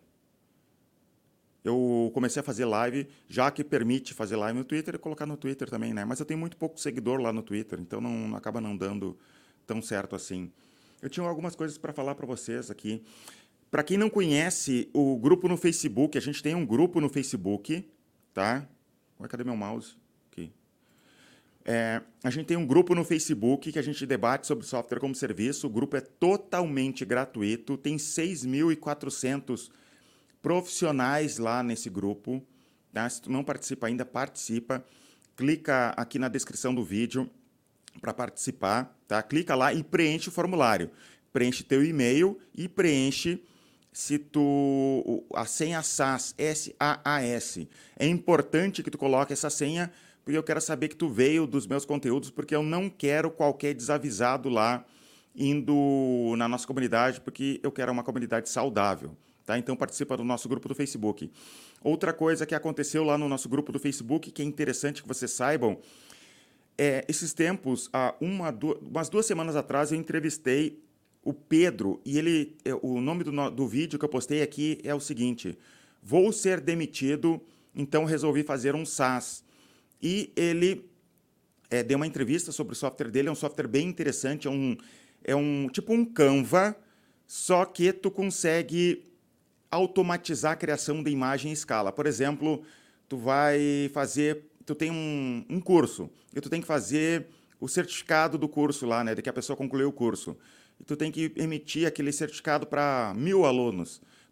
Eu comecei a fazer live, já que permite fazer live no Twitter, e colocar no Twitter também, né? Mas eu tenho muito pouco seguidor lá no Twitter, então não acaba não dando tão certo assim. Eu tinha algumas coisas para falar para vocês aqui. Para quem não conhece o grupo no Facebook, a gente tem um grupo no Facebook, tá? Ué, cadê meu mouse? Aqui. É, a gente tem um grupo no Facebook que a gente debate sobre software como serviço. O grupo é totalmente gratuito, tem seis mil e quatrocentos profissionais lá nesse grupo, tá? Se tu não participa ainda, participa. Clica aqui na descrição do vídeo para participar, tá? Clica lá e preenche o formulário. Preenche teu e-mail e preenche se tu a senha S A S, S A A S. É importante que tu coloque essa senha porque eu quero saber que tu veio dos meus conteúdos, porque eu não quero qualquer desavisado lá indo na nossa comunidade, porque eu quero uma comunidade saudável. Tá? Então, participa do nosso grupo do Facebook. Outra coisa que aconteceu lá no nosso grupo do Facebook, que é interessante que vocês saibam, é, esses tempos, há uma, duas, umas duas semanas atrás, eu entrevistei o Pedro, e ele, o nome do, do vídeo que eu postei aqui é o seguinte: vou ser demitido, então resolvi fazer um SaaS. E ele é, deu uma entrevista sobre o software dele, é um software bem interessante, é um, é um tipo um Canva, só que tu consegue automatizar a criação de imagem em escala. Por exemplo, tu vai fazer, tu tem um, um curso e tu tem que fazer o certificado do curso lá, né, de que a pessoa concluiu o curso. E tu tem que emitir aquele certificado para mil alunos.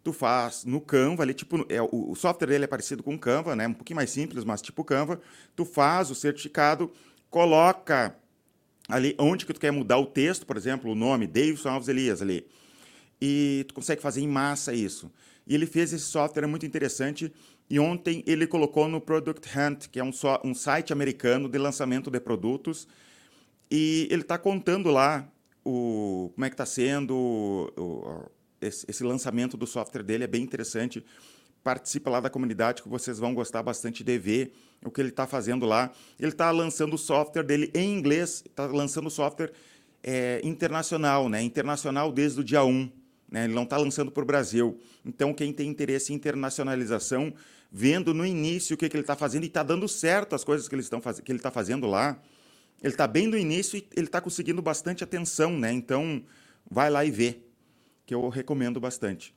tu faz no Canva, ali, tipo, é, o, o software dele é parecido com o Canva, né? Um pouquinho mais simples, mas tipo Canva. Tu faz o certificado, coloca ali onde que tu quer mudar o texto, por exemplo, o nome, Davidson Alves Elias ali. E tu consegue fazer em massa isso. E ele fez esse software, é muito interessante, e ontem ele colocou no Product Hunt, que é um, so, um site americano de lançamento de produtos, e ele está contando lá o, como é que está sendo o, esse, esse lançamento do software dele, é bem interessante. Participa lá da comunidade que vocês vão gostar bastante de ver o que ele está fazendo lá. Ele está lançando o software dele em inglês, está lançando o software é, internacional, né? Internacional desde o dia um. Né? Ele não está lançando para o Brasil. Então, quem tem interesse em internacionalização, vendo no início o que, que ele está fazendo, e está dando certo as coisas que ele está fazendo lá, ele está bem no início e ele está conseguindo bastante atenção, né? Então, vai lá e vê, que eu recomendo bastante.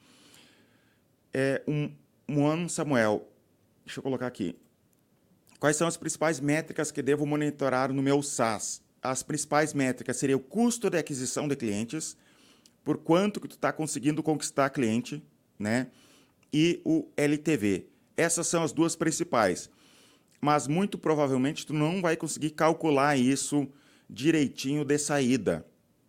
É um Juan Samuel, deixa eu colocar aqui. Quais são as principais métricas que devo monitorar no meu SaaS? As principais métricas seriam o custo de aquisição de clientes, por quanto que tu está conseguindo conquistar cliente, né? E o L T V. Essas são as duas principais. Mas muito provavelmente tu não vai conseguir calcular isso direitinho de saída.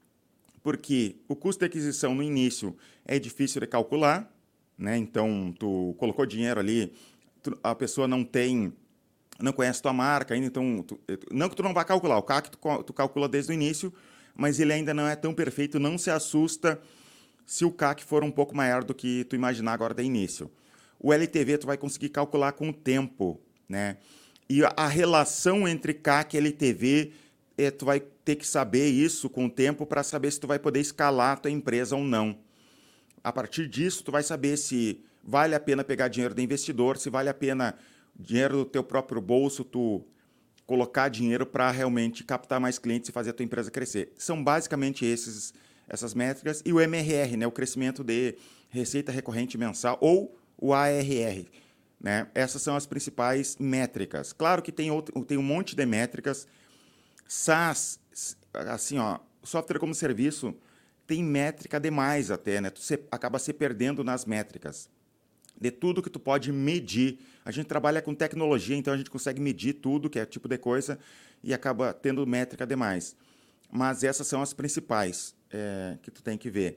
Porque o custo de aquisição no início é difícil de calcular, né? Então, tu colocou dinheiro ali, tu, a pessoa não tem, não conhece tua marca ainda, então, tu, não que tu não vá calcular, o C A C tu, tu calcula desde o início, mas ele ainda não é tão perfeito, não se assusta se o C A C for um pouco maior do que tu imaginar agora de início. O L T V tu vai conseguir calcular com o tempo, né? E a relação entre C A C e L T V, é, tu vai ter que saber isso com o tempo para saber se tu vai poder escalar a tua empresa ou não. A partir disso, tu vai saber se vale a pena pegar dinheiro de investidor, se vale a pena dinheiro do teu próprio bolso, tu colocar dinheiro para realmente captar mais clientes e fazer a tua empresa crescer. São basicamente esses, essas métricas. E o M R R, né, o crescimento de receita recorrente mensal, ou o A R R. Né? Essas são as principais métricas. Claro que tem, outro, tem um monte de métricas. SaaS, assim, ó, software como serviço, tem métrica demais até, né? Tu se, acaba se perdendo nas métricas. De tudo que tu pode medir. A gente trabalha com tecnologia, então a gente consegue medir tudo, que é tipo de coisa, e acaba tendo métrica demais. Mas essas são as principais é, que tu tem que ver.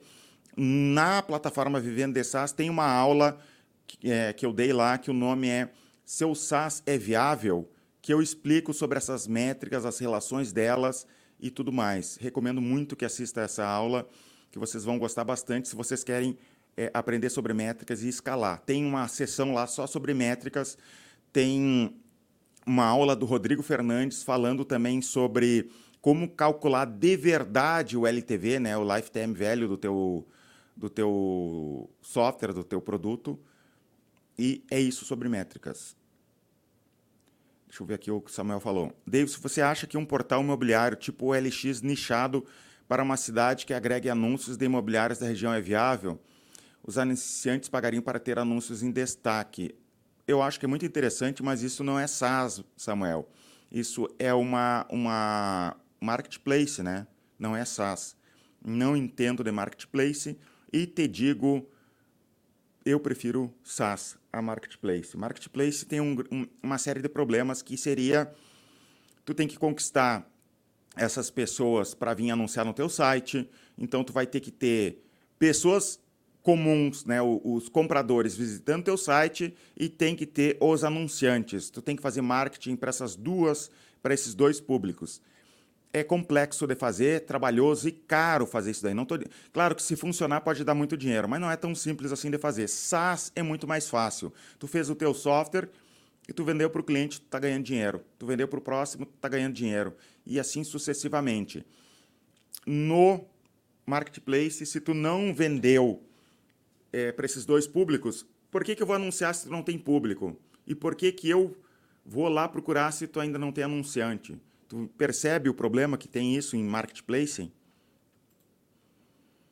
Na plataforma Vivendo de SaaS tem uma aula que, é, que eu dei lá, que o nome é Seu SaaS é Viável?, que eu explico sobre essas métricas, as relações delas e tudo mais. Recomendo muito que assista essa aula, que vocês vão gostar bastante se vocês querem é, aprender sobre métricas e escalar. Tem uma sessão lá só sobre métricas, tem uma aula do Rodrigo Fernandes falando também sobre como calcular de verdade o L T V, né, o Lifetime Value do teu, do teu software, do teu produto. E é isso sobre métricas. Deixa eu ver aqui o que o Samuel falou. David, se você acha que um portal imobiliário tipo o L X nichado para uma cidade que agregue anúncios de imobiliárias da região é viável, os anunciantes pagariam para ter anúncios em destaque. Eu acho que é muito interessante, mas isso não é SaaS, Samuel. Isso é uma, uma marketplace, né? Não é SaaS. Não entendo de marketplace e te digo, eu prefiro SaaS a marketplace. Marketplace tem um, um, uma série de problemas que seria, tu tem que conquistar essas pessoas para vir anunciar no teu site, então tu vai ter que ter pessoas comuns, né, os compradores visitando teu site e tem que ter os anunciantes. Tu tem que fazer marketing para essas duas, para esses dois públicos. É complexo de fazer, trabalhoso e caro fazer isso daí. Não tô... Claro que se funcionar pode dar muito dinheiro, mas não é tão simples assim de fazer. SaaS é muito mais fácil. Tu fez o teu software e tu vendeu para o cliente, tu está ganhando dinheiro. Tu vendeu para o próximo, tu está ganhando dinheiro. E assim sucessivamente. No marketplace, se tu não vendeu é, para esses dois públicos, por que, que eu vou anunciar se tu não tem público? E por que, que eu vou lá procurar se tu ainda não tem anunciante? Tu percebe o problema que tem isso em marketplace?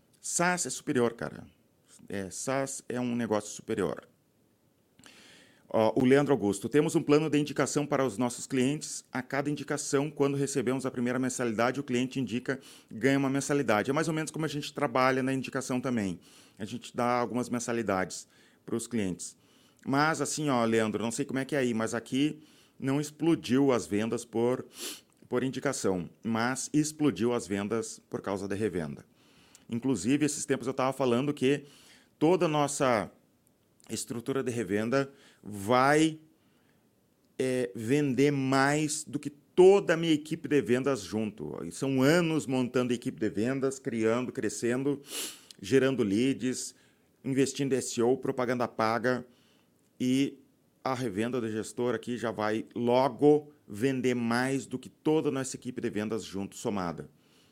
SaaS é superior, cara. É, SaaS é um negócio superior. Ó, o Leandro Augusto, temos um plano de indicação para os nossos clientes. A cada indicação, quando recebemos a primeira mensalidade, o cliente indica, ganha uma mensalidade. É mais ou menos como a gente trabalha na indicação também. A gente dá algumas mensalidades para os clientes. Mas assim, ó, Leandro, não sei como é que é aí, mas aqui não explodiu as vendas por, por indicação, mas explodiu as vendas por causa da revenda. Inclusive, esses tempos eu estava falando que toda a nossa estrutura de revenda vai é, vender mais do que toda a minha equipe de vendas junto. São anos montando equipe de vendas, criando, crescendo, gerando leads, investindo em S E O, propaganda paga, e a revenda do gestor aqui já vai logo vender mais do que toda a nossa equipe de vendas junto, somada.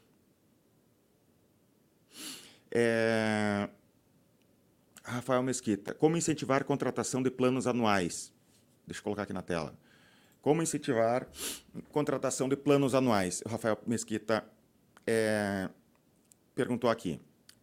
É... Rafael Mesquita, como incentivar a contratação de planos anuais? Deixa eu colocar aqui na tela. Como incentivar a contratação de planos anuais? O Rafael Mesquita é, perguntou aqui.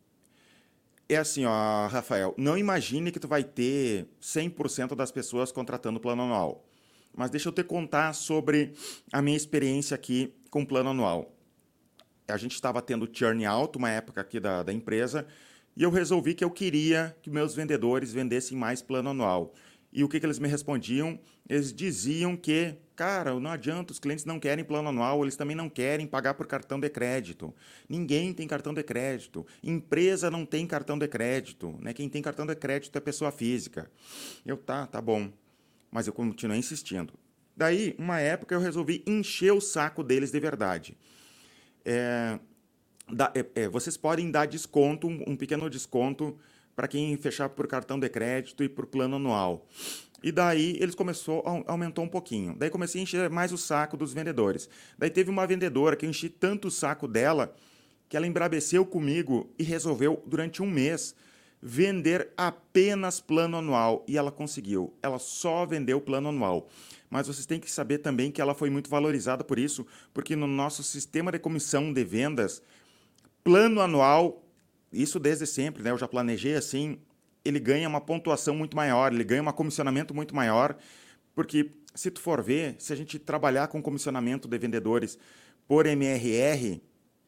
É assim, ó, Rafael, não imagine que tu vai ter cem por cento das pessoas contratando plano anual. Mas deixa eu te contar sobre a minha experiência aqui com plano anual. A gente estava tendo churn alto, uma época aqui da, da empresa, e eu resolvi que eu queria que meus vendedores vendessem mais plano anual. E o que, que eles me respondiam? Eles diziam que, cara, não adianta, os clientes não querem plano anual, eles também não querem pagar por cartão de crédito. Ninguém tem cartão de crédito. Empresa não tem cartão de crédito. Né? Quem tem cartão de crédito é pessoa física. Eu, tá, tá bom. Mas eu continuei insistindo. Daí, uma época, eu resolvi encher o saco deles de verdade. É... Da, é, é, vocês podem dar desconto, um, um pequeno desconto para quem fechar por cartão de crédito e por plano anual. E daí eles começou a aumentou um pouquinho. Daí comecei a encher mais o saco dos vendedores. Daí teve uma vendedora que eu enchi tanto o saco dela que ela embrabeceu comigo e resolveu, durante um mês, vender apenas plano anual. E ela conseguiu. Ela só vendeu plano anual. Mas vocês têm que saber também que ela foi muito valorizada por isso, porque no nosso sistema de comissão de vendas, plano anual, isso desde sempre, né? Eu já planejei assim, ele ganha uma pontuação muito maior, ele ganha um comissionamento muito maior, porque se tu for ver, se a gente trabalhar com comissionamento de vendedores por M R R,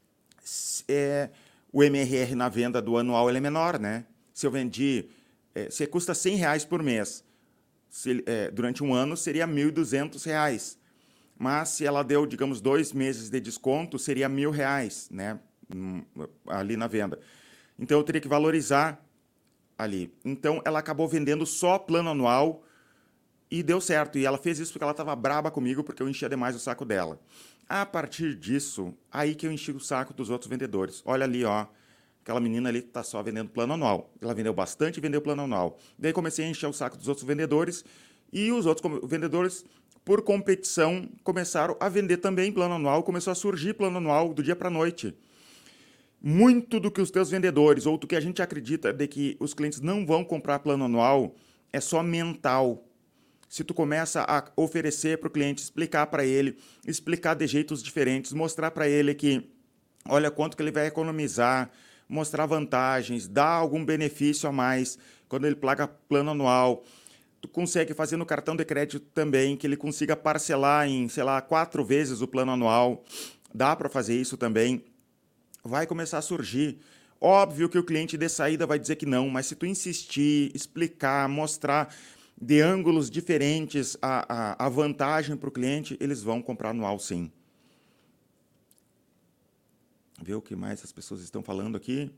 é, o M R R na venda do anual ele é menor, né? Se eu vendi, é, se custa cem reais por mês, se, é, durante um ano seria mil e duzentos reais. Mas se ela deu, digamos, dois meses de desconto, seria mil reais, né? Ali na venda. Então eu teria que valorizar ali. Então ela acabou vendendo só plano anual e deu certo. E ela fez isso porque ela estava braba comigo, porque eu enchia demais o saco dela. A partir disso, aí que eu enchi o saco dos outros vendedores. Olha ali, ó. Aquela menina ali está só vendendo plano anual. Ela vendeu bastante e vendeu plano anual. Daí comecei a encher o saco dos outros vendedores e os outros vendedores, por competição, começaram a vender também plano anual. Começou a surgir plano anual do dia para a noite. Muito do que os teus vendedores, ou do que a gente acredita de que os clientes não vão comprar plano anual, é só mental. Se tu começa a oferecer para o cliente, explicar para ele, explicar de jeitos diferentes, mostrar para ele que, olha quanto que ele vai economizar, mostrar vantagens, dar algum benefício a mais quando ele paga plano anual. Tu consegue fazer no cartão de crédito também, que ele consiga parcelar em, sei lá, quatro vezes o plano anual. Dá para fazer isso também. Vai começar a surgir. Óbvio que o cliente de saída vai dizer que não, mas se tu insistir, explicar, mostrar de ângulos diferentes a, a, a vantagem para o cliente, eles vão comprar anual sim. Ver o que mais as pessoas estão falando aqui.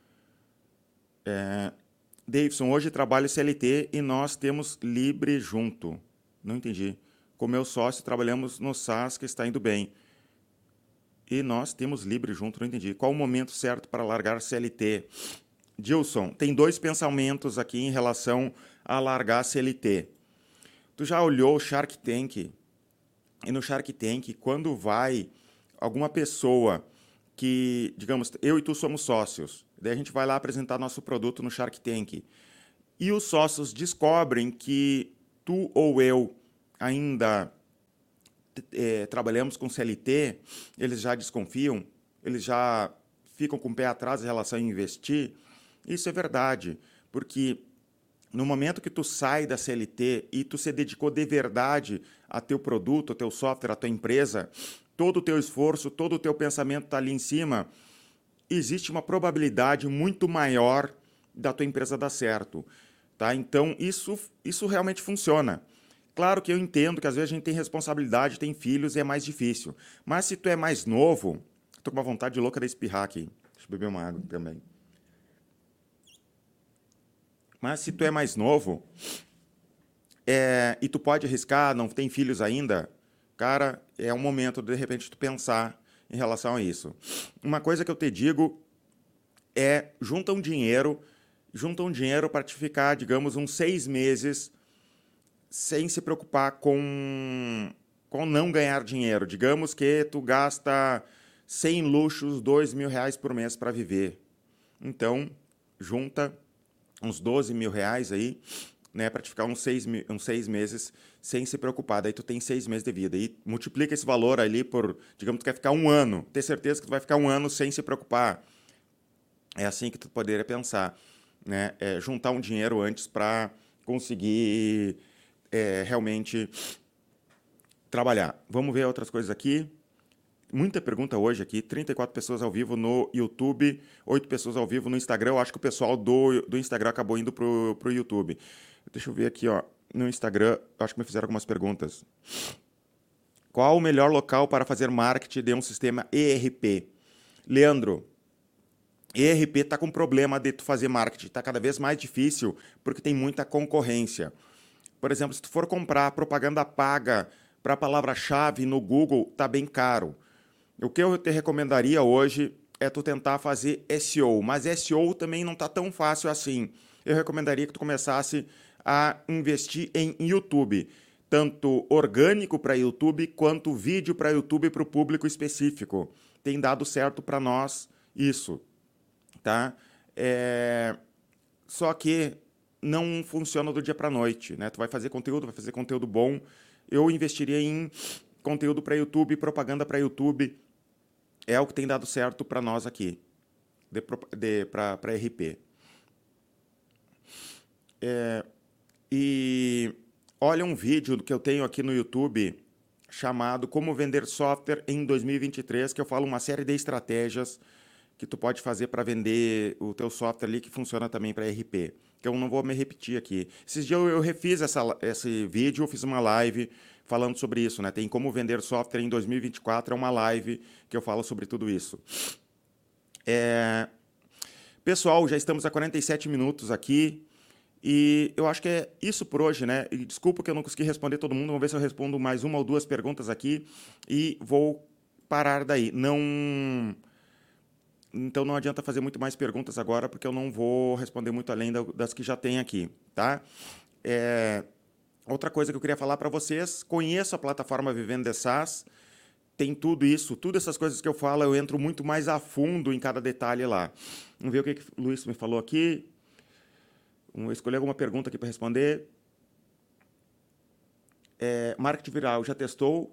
É... Davidson, hoje trabalho C L T e nós temos Libre junto. Não entendi. Com meu sócio trabalhamos no SaaS que está indo bem. E nós temos Libre junto, não entendi. Qual o momento certo para largar C L T? Gilson, tem dois pensamentos aqui em relação a largar C L T. Tu já olhou o Shark Tank? E no Shark Tank, quando vai alguma pessoa que, digamos, eu e tu somos sócios, daí a gente vai lá apresentar nosso produto no Shark Tank, e os sócios descobrem que tu ou eu ainda É, trabalhamos com C L T, eles já desconfiam, eles já ficam com o pé atrás em relação a investir. Isso é verdade, porque No momento que tu sai da C L T e tu se dedicou de verdade a teu produto, a teu software, a tua empresa, todo o teu esforço, todo o teu pensamento está ali em cima, existe uma probabilidade muito maior da tua empresa dar certo. Tá? Então, isso, isso realmente funciona. Claro que eu entendo que às vezes a gente tem responsabilidade, tem filhos e é mais difícil. Mas se tu é mais novo, tô com uma vontade louca de espirrar aqui. Deixa eu beber uma água também. Mas se tu é mais novo é, e tu pode arriscar, não tem filhos ainda, cara, é um momento de, de repente tu pensar em relação a isso. Uma coisa que eu te digo é junta um dinheiro, junta um dinheiro para te ficar, digamos, uns seis meses sem se preocupar com, com não ganhar dinheiro. Digamos que tu gasta cem luxos, dois mil reais por mês para viver. Então, junta uns doze mil reais aí, né, para te ficar uns seis, uns seis meses sem se preocupar. Daí tu tem seis meses de vida. E multiplica esse valor ali por, digamos, tu quer ficar um ano. Ter certeza que tu vai ficar um ano sem se preocupar. É assim que tu poderia pensar, né? É juntar um dinheiro antes para conseguir é, realmente trabalhar. Vamos ver outras coisas aqui. Muita pergunta hoje aqui, trinta e quatro pessoas ao vivo no YouTube, oito pessoas ao vivo no Instagram. Eu acho que o pessoal do, do Instagram acabou indo pro, pro YouTube. Deixa eu ver aqui, ó. No Instagram, acho que me fizeram algumas perguntas. Qual o melhor local para fazer marketing de um sistema E R P? Leandro, E R P está com problema de tu fazer marketing. Está cada vez mais difícil porque tem muita concorrência. Por exemplo, se tu for comprar propaganda paga para a palavra-chave no Google, está bem caro. O que eu te recomendaria hoje é tu tentar fazer S E O, mas S E O também não está tão fácil assim. Eu recomendaria que tu começasse a investir em YouTube, tanto orgânico para YouTube quanto vídeo para YouTube para o público específico. Tem dado certo para nós isso, tá? É... Só que não funciona do dia para a noite, né? Tu vai fazer conteúdo, vai fazer conteúdo bom. Eu investiria em conteúdo para YouTube, propaganda para YouTube. É o que tem dado certo para nós aqui, para R P. É, e olha um vídeo que eu tenho aqui no YouTube chamado Como Vender Software em dois mil e vinte e três, que eu falo uma série de estratégias que tu pode fazer para vender o teu software ali, que funciona também para R P. Que eu não vou me repetir aqui. Esses dias eu, eu refiz essa, esse vídeo, eu fiz uma live falando sobre isso, né? Tem Como Vender Software em dois mil e vinte e quatro, é uma live que eu falo sobre tudo isso. É... Pessoal, já estamos a quarenta e sete minutos aqui e eu acho que é isso por hoje, né? E desculpa que eu não consegui responder todo mundo, vamos ver se eu respondo mais uma ou duas perguntas aqui e vou parar daí. Não... Então não adianta fazer muito mais perguntas agora, porque eu não vou responder muito além das que já tem aqui, tá? É... Outra coisa que eu queria falar para vocês, conheço a plataforma Vivendo de SaaS, tem tudo isso, todas essas coisas que eu falo, eu entro muito mais a fundo em cada detalhe lá. Vamos ver o que, que o Luiz me falou aqui. Vamos escolher alguma pergunta aqui para responder. É, marketing viral, já testou?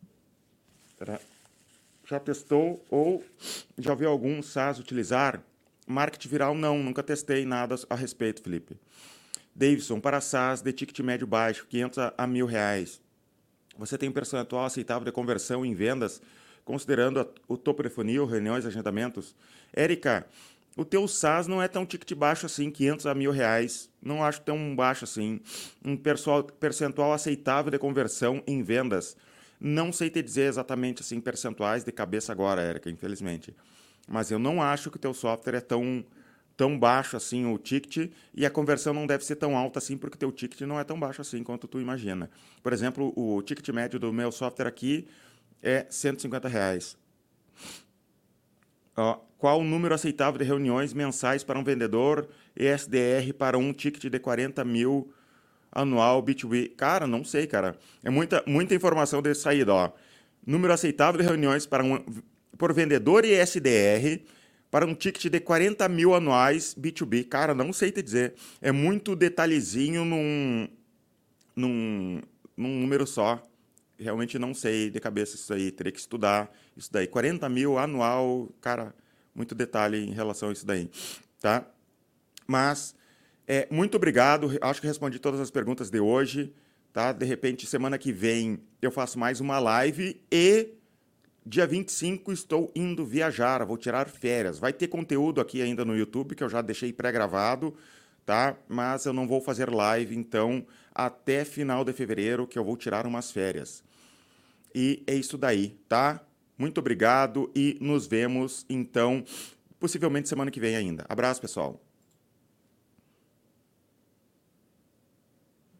Já testou ou já viu algum SaaS utilizar? Marketing viral, não, nunca testei nada a respeito, Felipe. Davidson, para SaaS de ticket médio baixo, quinhentos a mil reais. Você tem um percentual aceitável de conversão em vendas, considerando a, o topo de funil, reuniões, agendamentos? Érica, o teu SaaS não é tão ticket baixo assim, quinhentos a mil reais. Não acho tão baixo assim. Um percentual aceitável de conversão em vendas. Não sei te dizer exatamente assim percentuais de cabeça agora, Érica, infelizmente. Mas eu não acho que o teu software é tão... tão baixo assim o ticket e a conversão não deve ser tão alta assim porque o teu ticket não é tão baixo assim quanto tu imagina. Por exemplo, o ticket médio do meu software aqui é cento e cinquenta reais. Ó, qual o número aceitável de reuniões mensais para um vendedor E S D R para um ticket de quarenta mil anual B dois B? Cara, não sei, cara. É muita, muita informação de saída, ó. Número aceitável de reuniões para um, por vendedor E S D R para um ticket de quarenta mil anuais B dois B. Cara, não sei te dizer. É muito detalhezinho num, num, num número só. Realmente não sei de cabeça isso aí. Teria que estudar isso daí. quarenta mil anual, cara, muito detalhe em relação a isso daí. Tá? Mas É, muito obrigado. Acho que respondi todas as perguntas de hoje. Tá? De repente, semana que vem, eu faço mais uma live e dia vinte e cinco estou indo viajar, vou tirar férias. Vai ter conteúdo aqui ainda no YouTube, que eu já deixei pré-gravado, tá? Mas eu não vou fazer live, então, até final de fevereiro, que eu vou tirar umas férias. E é isso daí, tá? Muito obrigado e nos vemos, então, possivelmente semana que vem ainda. Abraço, pessoal.